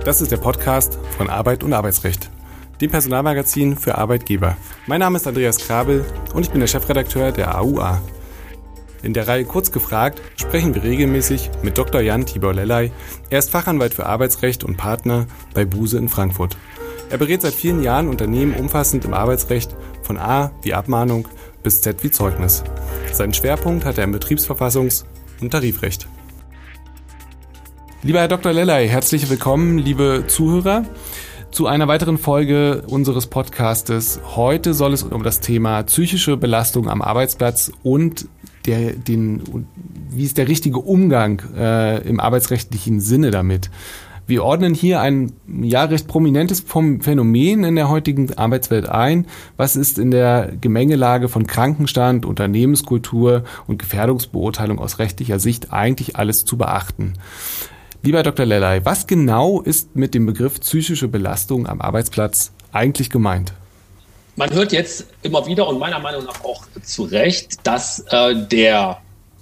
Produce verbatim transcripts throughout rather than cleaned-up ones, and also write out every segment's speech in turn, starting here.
Das ist der Podcast von Arbeit und Arbeitsrecht, dem Personalmagazin für Arbeitgeber. Mein Name ist Andreas Krabel und ich bin der Chefredakteur der A U A. In der Reihe Kurz gefragt sprechen wir regelmäßig mit Doktor Jan Tibor Lellay. Er ist Fachanwalt für Arbeitsrecht und Partner bei Buse in Frankfurt. Er berät seit vielen Jahren Unternehmen umfassend im Arbeitsrecht, von A wie Abmahnung bis Z wie Zeugnis. Seinen Schwerpunkt hat er im Betriebsverfassungs- und Tarifrecht. Lieber Herr Doktor Lellay, herzlich willkommen, liebe Zuhörer, zu einer weiteren Folge unseres Podcastes. Heute soll es um das Thema psychische Belastung am Arbeitsplatz und der, den, wie ist der richtige Umgang äh, im arbeitsrechtlichen Sinne damit. Wir ordnen hier ein ja recht prominentes Phänomen in der heutigen Arbeitswelt ein. Was ist in der Gemengelage von Krankenstand, Unternehmenskultur und Gefährdungsbeurteilung aus rechtlicher Sicht eigentlich alles zu beachten? Lieber Herr Doktor Lellay, was genau ist mit dem Begriff psychische Belastung am Arbeitsplatz eigentlich gemeint? Man hört jetzt immer wieder und meiner Meinung nach auch zu Recht, dass äh, der,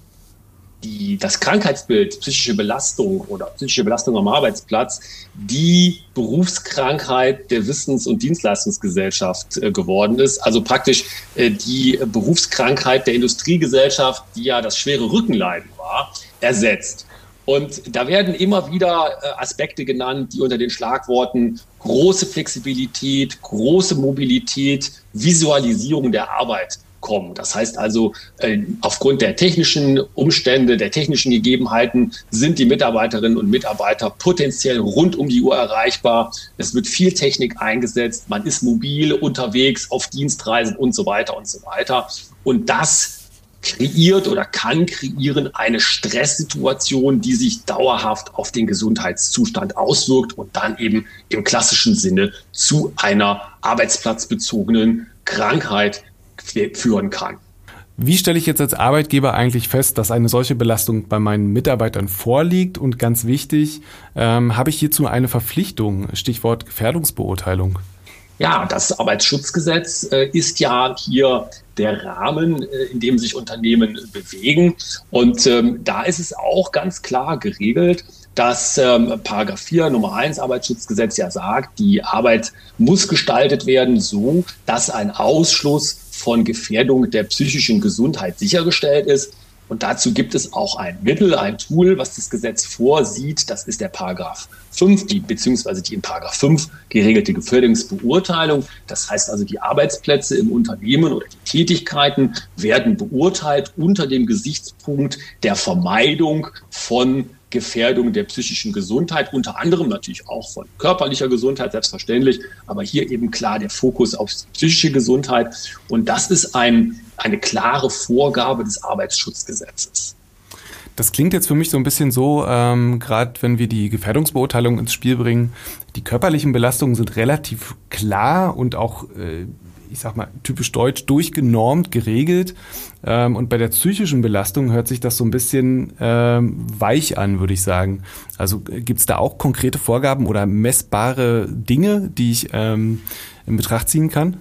die, das Krankheitsbild psychische Belastung oder psychische Belastung am Arbeitsplatz die Berufskrankheit der Wissens- und Dienstleistungsgesellschaft äh, geworden ist. Also praktisch äh, die Berufskrankheit der Industriegesellschaft, die ja das schwere Rückenleiden war, ersetzt. Und da werden immer wieder Aspekte genannt, die unter den Schlagworten große Flexibilität, große Mobilität, Visualisierung der Arbeit kommen. Das heißt also, aufgrund der technischen Umstände, der technischen Gegebenheiten sind die Mitarbeiterinnen und Mitarbeiter potenziell rund um die Uhr erreichbar. Es wird viel Technik eingesetzt, man ist mobil unterwegs, auf Dienstreisen und so weiter und so weiter. Und das kreiert oder kann kreieren eine Stresssituation, die sich dauerhaft auf den Gesundheitszustand auswirkt und dann eben im klassischen Sinne zu einer arbeitsplatzbezogenen Krankheit führen kann. Wie stelle ich jetzt als Arbeitgeber eigentlich fest, dass eine solche Belastung bei meinen Mitarbeitern vorliegt? Und ganz wichtig, ähm, habe ich hierzu eine Verpflichtung? Stichwort Gefährdungsbeurteilung. Ja, das Arbeitsschutzgesetz äh, ist ja hier der Rahmen, äh, in dem sich Unternehmen bewegen. Und ähm, da ist es auch ganz klar geregelt, dass ähm, Paragraph vier Nummer eins Arbeitsschutzgesetz ja sagt, die Arbeit muss gestaltet werden so, dass ein Ausschluss von Gefährdung der psychischen Gesundheit sichergestellt ist. Und dazu gibt es auch ein Mittel, ein Tool, was das Gesetz vorsieht. Das ist der Paragraph fünf, die, beziehungsweise die in Paragraph fünf geregelte Gefährdungsbeurteilung. Das heißt also, die Arbeitsplätze im Unternehmen oder die Tätigkeiten werden beurteilt unter dem Gesichtspunkt der Vermeidung von Gefährdung der psychischen Gesundheit, unter anderem natürlich auch von körperlicher Gesundheit, selbstverständlich, aber hier eben klar der Fokus auf psychische Gesundheit. Und das ist ein, eine klare Vorgabe des Arbeitsschutzgesetzes. Das klingt jetzt für mich so ein bisschen so, ähm, gerade wenn wir die Gefährdungsbeurteilung ins Spiel bringen, die körperlichen Belastungen sind relativ klar und auch äh, ich sag mal, typisch deutsch durchgenormt, geregelt. Ähm, und bei der psychischen Belastung hört sich das so ein bisschen ähm, weich an, würde ich sagen. Also gibt es da auch konkrete Vorgaben oder messbare Dinge, die ich ähm, in Betracht ziehen kann?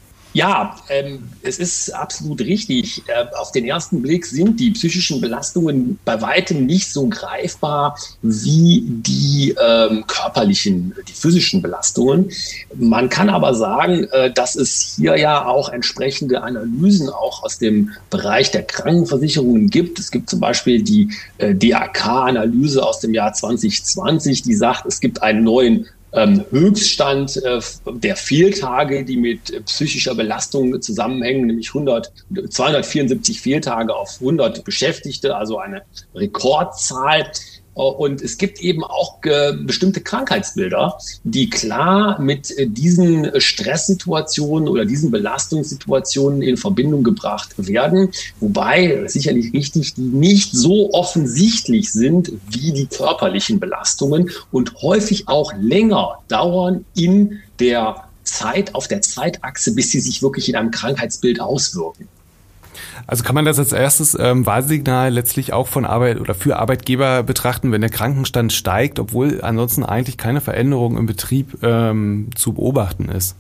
Ja, ähm, es ist absolut richtig. Äh, auf den ersten Blick sind die psychischen Belastungen bei weitem nicht so greifbar wie die ähm, körperlichen, die physischen Belastungen. Man kann aber sagen, äh, dass es hier ja auch entsprechende Analysen auch aus dem Bereich der Krankenversicherungen gibt. Es gibt zum Beispiel die äh, D A K-Analyse aus dem Jahr zwanzig zwanzig, die sagt, es gibt einen neuen Höchststand äh, der Fehltage, die mit äh, psychischer Belastung zusammenhängen, nämlich hundert, zweihundertvierundsiebzig Fehltage auf hundert Beschäftigte, also eine Rekordzahl. Und es gibt eben auch äh, bestimmte Krankheitsbilder, die klar mit äh, diesen Stresssituationen oder diesen Belastungssituationen in Verbindung gebracht werden. Wobei, sicherlich richtig, die nicht so offensichtlich sind wie die körperlichen Belastungen und häufig auch länger dauern in der Zeit, auf der Zeitachse, bis sie sich wirklich in einem Krankheitsbild auswirken. Also kann man das als erstes ähm, Warnsignal letztlich auch von Arbeit oder für Arbeitgeber betrachten, wenn der Krankenstand steigt, obwohl ansonsten eigentlich keine Veränderung im Betrieb ähm, zu beobachten ist?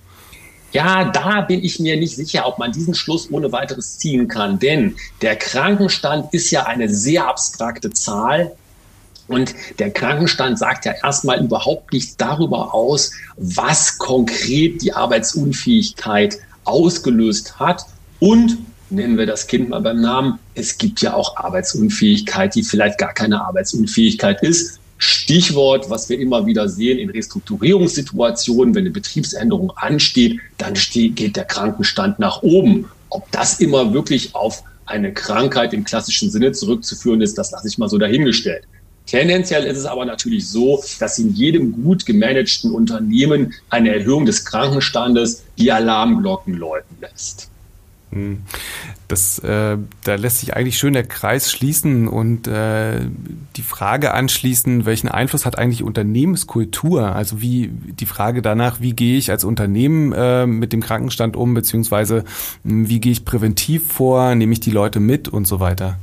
Ja, da bin ich mir nicht sicher, ob man diesen Schluss ohne weiteres ziehen kann, denn der Krankenstand ist ja eine sehr abstrakte Zahl, Und der Krankenstand sagt ja erstmal überhaupt nichts darüber aus, was konkret die Arbeitsunfähigkeit ausgelöst hat. Und nennen wir das Kind mal beim Namen, es gibt ja auch Arbeitsunfähigkeit, die vielleicht gar keine Arbeitsunfähigkeit ist. Stichwort, was wir immer wieder sehen in Restrukturierungssituationen, wenn eine Betriebsänderung ansteht, dann steht, geht der Krankenstand nach oben. Ob das immer wirklich auf eine Krankheit im klassischen Sinne zurückzuführen ist, das lasse ich mal so dahingestellt. Tendenziell ist es aber natürlich so, dass in jedem gut gemanagten Unternehmen eine Erhöhung des Krankenstandes die Alarmglocken läuten lässt. Das, äh, da lässt sich eigentlich schön der Kreis schließen und äh, die Frage anschließen, welchen Einfluss hat eigentlich Unternehmenskultur? Also wie die Frage danach, wie gehe ich als Unternehmen äh, mit dem Krankenstand um, beziehungsweise wie gehe ich präventiv vor, nehme ich die Leute mit und so weiter?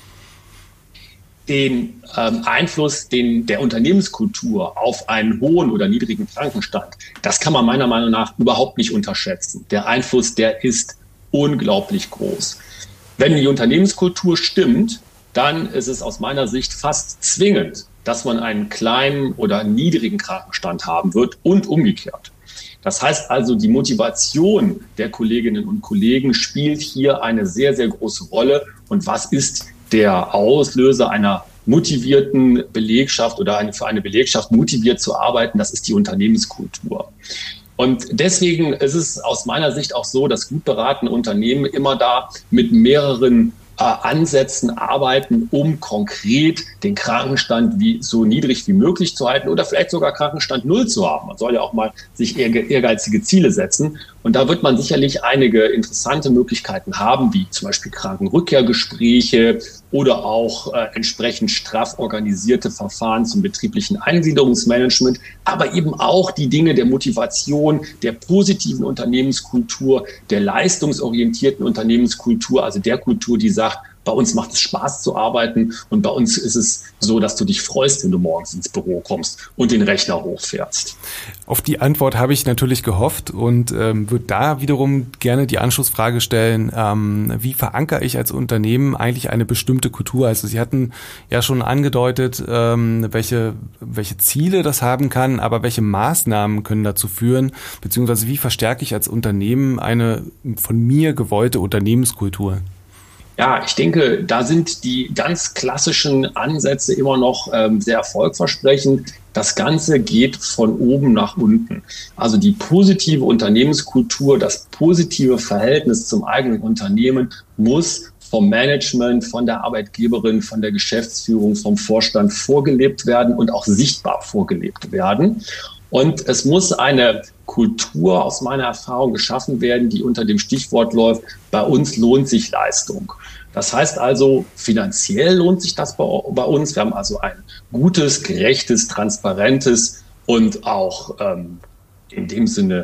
Den ähm, Einfluss den, der Unternehmenskultur auf einen hohen oder niedrigen Krankenstand, das kann man meiner Meinung nach überhaupt nicht unterschätzen. Der Einfluss, der ist unglaublich groß. Wenn die Unternehmenskultur stimmt, dann ist es aus meiner Sicht fast zwingend, dass man einen kleinen oder niedrigen Krankenstand haben wird und umgekehrt. Das heißt also, die Motivation der Kolleginnen und Kollegen spielt hier eine sehr, sehr große Rolle. Und was ist der Auslöser einer motivierten Belegschaft oder eine, für eine Belegschaft motiviert zu arbeiten? Das ist die Unternehmenskultur. Und deswegen ist es aus meiner Sicht auch so, dass gut beratene Unternehmen immer da mit mehreren äh, Ansätzen arbeiten, um konkret den Krankenstand wie so niedrig wie möglich zu halten oder vielleicht sogar Krankenstand null zu haben. Man soll ja auch mal sich ehrgeizige Ziele setzen. Und da wird man sicherlich einige interessante Möglichkeiten haben, wie zum Beispiel Krankenrückkehrgespräche oder auch äh, entsprechend straff organisierte Verfahren zum betrieblichen Eingliederungsmanagement, aber eben auch die Dinge der Motivation, der positiven Unternehmenskultur, der leistungsorientierten Unternehmenskultur, also der Kultur, die sagt, bei uns macht es Spaß zu arbeiten und bei uns ist es so, dass du dich freust, wenn du morgens ins Büro kommst und den Rechner hochfährst. Auf die Antwort habe ich natürlich gehofft und ähm, würde da wiederum gerne die Anschlussfrage stellen, ähm, wie verankere ich als Unternehmen eigentlich eine bestimmte Kultur? Also Sie hatten ja schon angedeutet, ähm, welche, welche Ziele das haben kann, aber welche Maßnahmen können dazu führen, beziehungsweise wie verstärke ich als Unternehmen eine von mir gewollte Unternehmenskultur? Ja, ich denke, da sind die ganz klassischen Ansätze immer noch ähm, sehr erfolgversprechend. Das Ganze geht von oben nach unten. Also die positive Unternehmenskultur, das positive Verhältnis zum eigenen Unternehmen muss vom Management, von der Arbeitgeberin, von der Geschäftsführung, vom Vorstand vorgelebt werden und auch sichtbar vorgelebt werden. Und es muss eine Kultur aus meiner Erfahrung geschaffen werden, die unter dem Stichwort läuft, bei uns lohnt sich Leistung. Das heißt also, finanziell lohnt sich das bei, bei uns. Wir haben also ein gutes, gerechtes, transparentes und auch ähm, in dem Sinne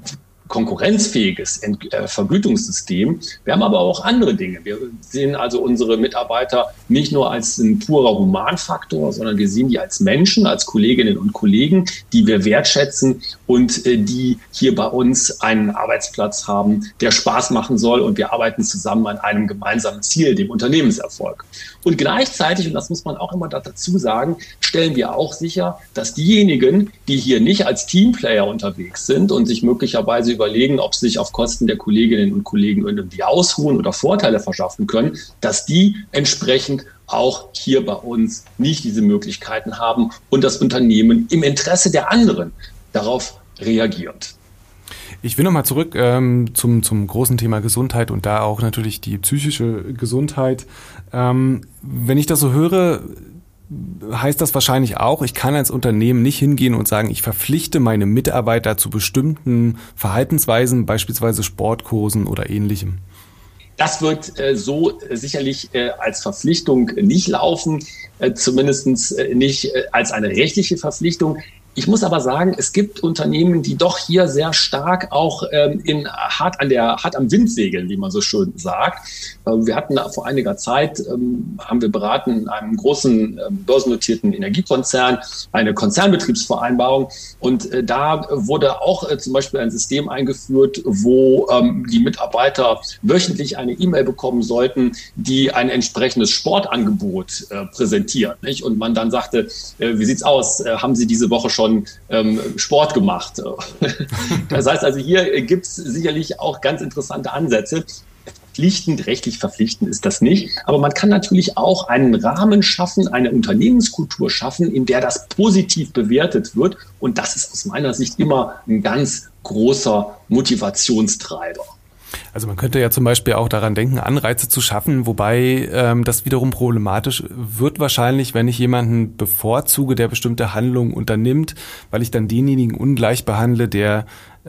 konkurrenzfähiges Ent- äh, Vergütungssystem. Wir haben aber auch andere Dinge. Wir sehen also unsere Mitarbeiter nicht nur als ein purer Humanfaktor, sondern wir sehen die als Menschen, als Kolleginnen und Kollegen, die wir wertschätzen und äh, die hier bei uns einen Arbeitsplatz haben, der Spaß machen soll. Und wir arbeiten zusammen an einem gemeinsamen Ziel, dem Unternehmenserfolg. Und gleichzeitig, und das muss man auch immer dazu sagen, stellen wir auch sicher, dass diejenigen, die hier nicht als Teamplayer unterwegs sind und sich möglicherweise überlegen, ob sie sich auf Kosten der Kolleginnen und Kollegen irgendwie ausruhen oder Vorteile verschaffen können, dass die entsprechend auch hier bei uns nicht diese Möglichkeiten haben und das Unternehmen im Interesse der anderen darauf reagiert. Ich will nochmal zurück ähm, zum, zum großen Thema Gesundheit und da auch natürlich die psychische Gesundheit. Ähm, wenn ich das so höre, heißt das wahrscheinlich auch, ich kann als Unternehmen nicht hingehen und sagen, ich verpflichte meine Mitarbeiter zu bestimmten Verhaltensweisen, beispielsweise Sportkursen oder Ähnlichem. Das wird äh, so äh, sicherlich äh, als Verpflichtung nicht laufen, äh, zumindest äh, nicht äh, als eine rechtliche Verpflichtung. Ich muss aber sagen, es gibt Unternehmen, die doch hier sehr stark auch ähm, in hart an der hart am Wind segeln, wie man so schön sagt. Äh, wir hatten vor einiger Zeit, ähm, haben wir beraten in einem großen ähm, börsennotierten Energiekonzern eine Konzernbetriebsvereinbarung, und äh, da wurde auch äh, zum Beispiel ein System eingeführt, wo ähm, die Mitarbeiter wöchentlich eine E-Mail bekommen sollten, die ein entsprechendes Sportangebot äh, präsentiert, nicht? Und man dann sagte, äh, wie sieht's aus? Äh, haben Sie diese Woche schon ähm, Sport gemacht? Das heißt also, hier gibt es sicherlich auch ganz interessante Ansätze. Verpflichtend, rechtlich verpflichtend ist das nicht. Aber man kann natürlich auch einen Rahmen schaffen, eine Unternehmenskultur schaffen, in der das positiv bewertet wird. Und das ist aus meiner Sicht immer ein ganz großer Motivationstreiber. Also man könnte ja zum Beispiel auch daran denken, Anreize zu schaffen, wobei ähm, das wiederum problematisch wird wahrscheinlich, wenn ich jemanden bevorzuge, der bestimmte Handlungen unternimmt, weil ich dann denjenigen ungleich behandle, der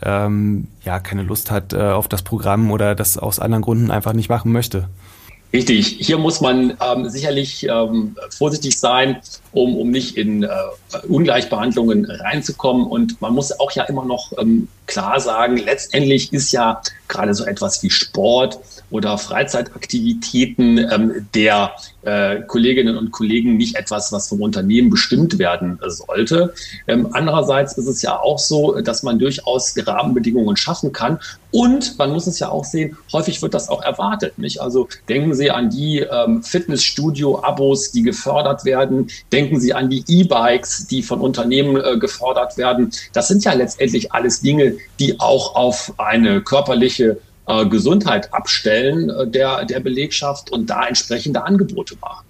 ähm, ja keine Lust hat äh, auf das Programm oder das aus anderen Gründen einfach nicht machen möchte. Richtig, hier muss man ähm, sicherlich ähm, vorsichtig sein, um, um nicht in äh, Ungleichbehandlungen reinzukommen. Und man muss auch ja immer noch ähm, klar sagen, letztendlich ist ja gerade so etwas wie Sport oder Freizeitaktivitäten ähm, der äh, Kolleginnen und Kollegen nicht etwas, was vom Unternehmen bestimmt werden äh, sollte. Ähm, andererseits ist es ja auch so, dass man durchaus Rahmenbedingungen schaffen kann. Und man muss es ja auch sehen, häufig wird das auch erwartet, nicht? Also denken Sie an die ähm, Fitnessstudio-Abos, die gefördert werden. Denken Sie an die E-Bikes, die von Unternehmen äh, gefördert werden. Das sind ja letztendlich alles Dinge, die auch auf eine körperliche äh, Gesundheit abstellen äh, der, der Belegschaft und da entsprechende Angebote machen.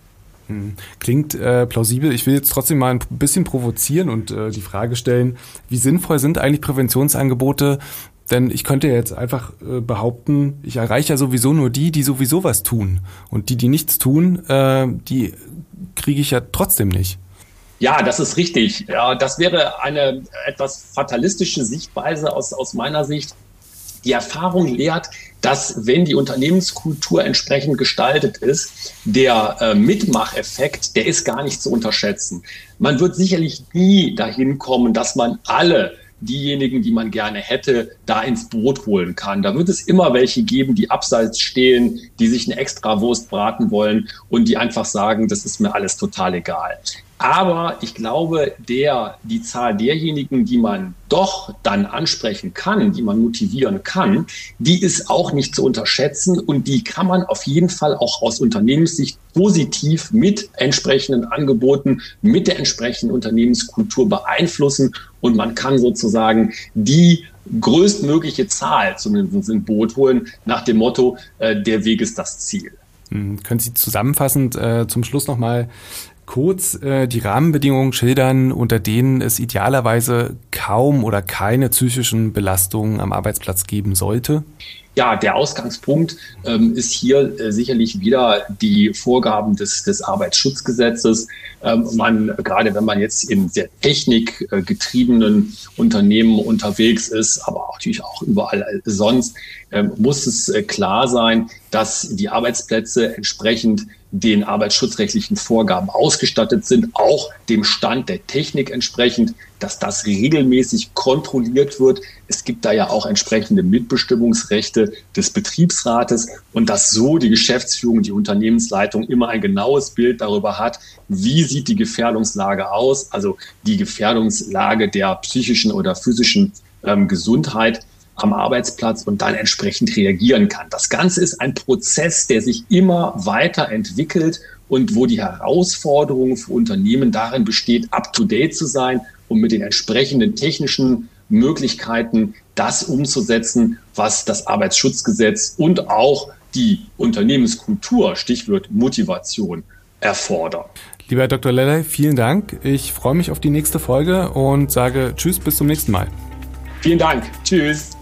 Klingt äh, plausibel. Ich will jetzt trotzdem mal ein bisschen provozieren und äh, die Frage stellen, wie sinnvoll sind eigentlich Präventionsangebote? Denn ich könnte jetzt einfach äh, behaupten, ich erreiche ja sowieso nur die, die sowieso was tun. Und die, die nichts tun, äh, die kriege ich ja trotzdem nicht. Ja, das ist richtig. Ja, das wäre eine etwas fatalistische Sichtweise aus, aus meiner Sicht. Die Erfahrung lehrt, dass wenn die Unternehmenskultur entsprechend gestaltet ist, der äh, Mitmacheffekt, der ist gar nicht zu unterschätzen. Man wird sicherlich nie dahin kommen, dass man alle diejenigen, die man gerne hätte, da ins Boot holen kann. Da wird es immer welche geben, die abseits stehen, die sich eine extra Wurst braten wollen und die einfach sagen, das ist mir alles total egal. Aber ich glaube, der, die Zahl derjenigen, die man doch dann ansprechen kann, die man motivieren kann, die ist auch nicht zu unterschätzen und die kann man auf jeden Fall auch aus Unternehmenssicht positiv mit entsprechenden Angeboten, mit der entsprechenden Unternehmenskultur beeinflussen und man kann sozusagen die größtmögliche Zahl zumindest ins Boot holen nach dem Motto, äh, der Weg ist das Ziel. Hm, können Sie zusammenfassend äh, zum Schluss nochmal kurz äh, die Rahmenbedingungen schildern, unter denen es idealerweise kaum oder keine psychischen Belastungen am Arbeitsplatz geben sollte? Ja, der Ausgangspunkt ähm, ist hier äh, sicherlich wieder die Vorgaben des, des Arbeitsschutzgesetzes. Ähm, man, gerade wenn man jetzt in sehr technikgetriebenen Unternehmen unterwegs ist, aber auch natürlich auch überall sonst, ähm, muss es äh, klar sein, dass die Arbeitsplätze entsprechend den arbeitsschutzrechtlichen Vorgaben ausgestattet sind, auch dem Stand der Technik entsprechend, dass das regelmäßig kontrolliert wird. Es gibt da ja auch entsprechende Mitbestimmungsrechte des Betriebsrates und dass so die Geschäftsführung, die Unternehmensleitung immer ein genaues Bild darüber hat, wie sieht die Gefährdungslage aus, also die Gefährdungslage der psychischen oder physischen ähm, Gesundheit am Arbeitsplatz und dann entsprechend reagieren kann. Das Ganze ist ein Prozess, der sich immer weiterentwickelt und wo die Herausforderung für Unternehmen darin besteht, up-to-date zu sein und mit den entsprechenden technischen Möglichkeiten das umzusetzen, was das Arbeitsschutzgesetz und auch die Unternehmenskultur, Stichwort Motivation, erfordern. Lieber Herr Doktor Lellay, vielen Dank. Ich freue mich auf die nächste Folge und sage Tschüss, bis zum nächsten Mal. Vielen Dank. Tschüss.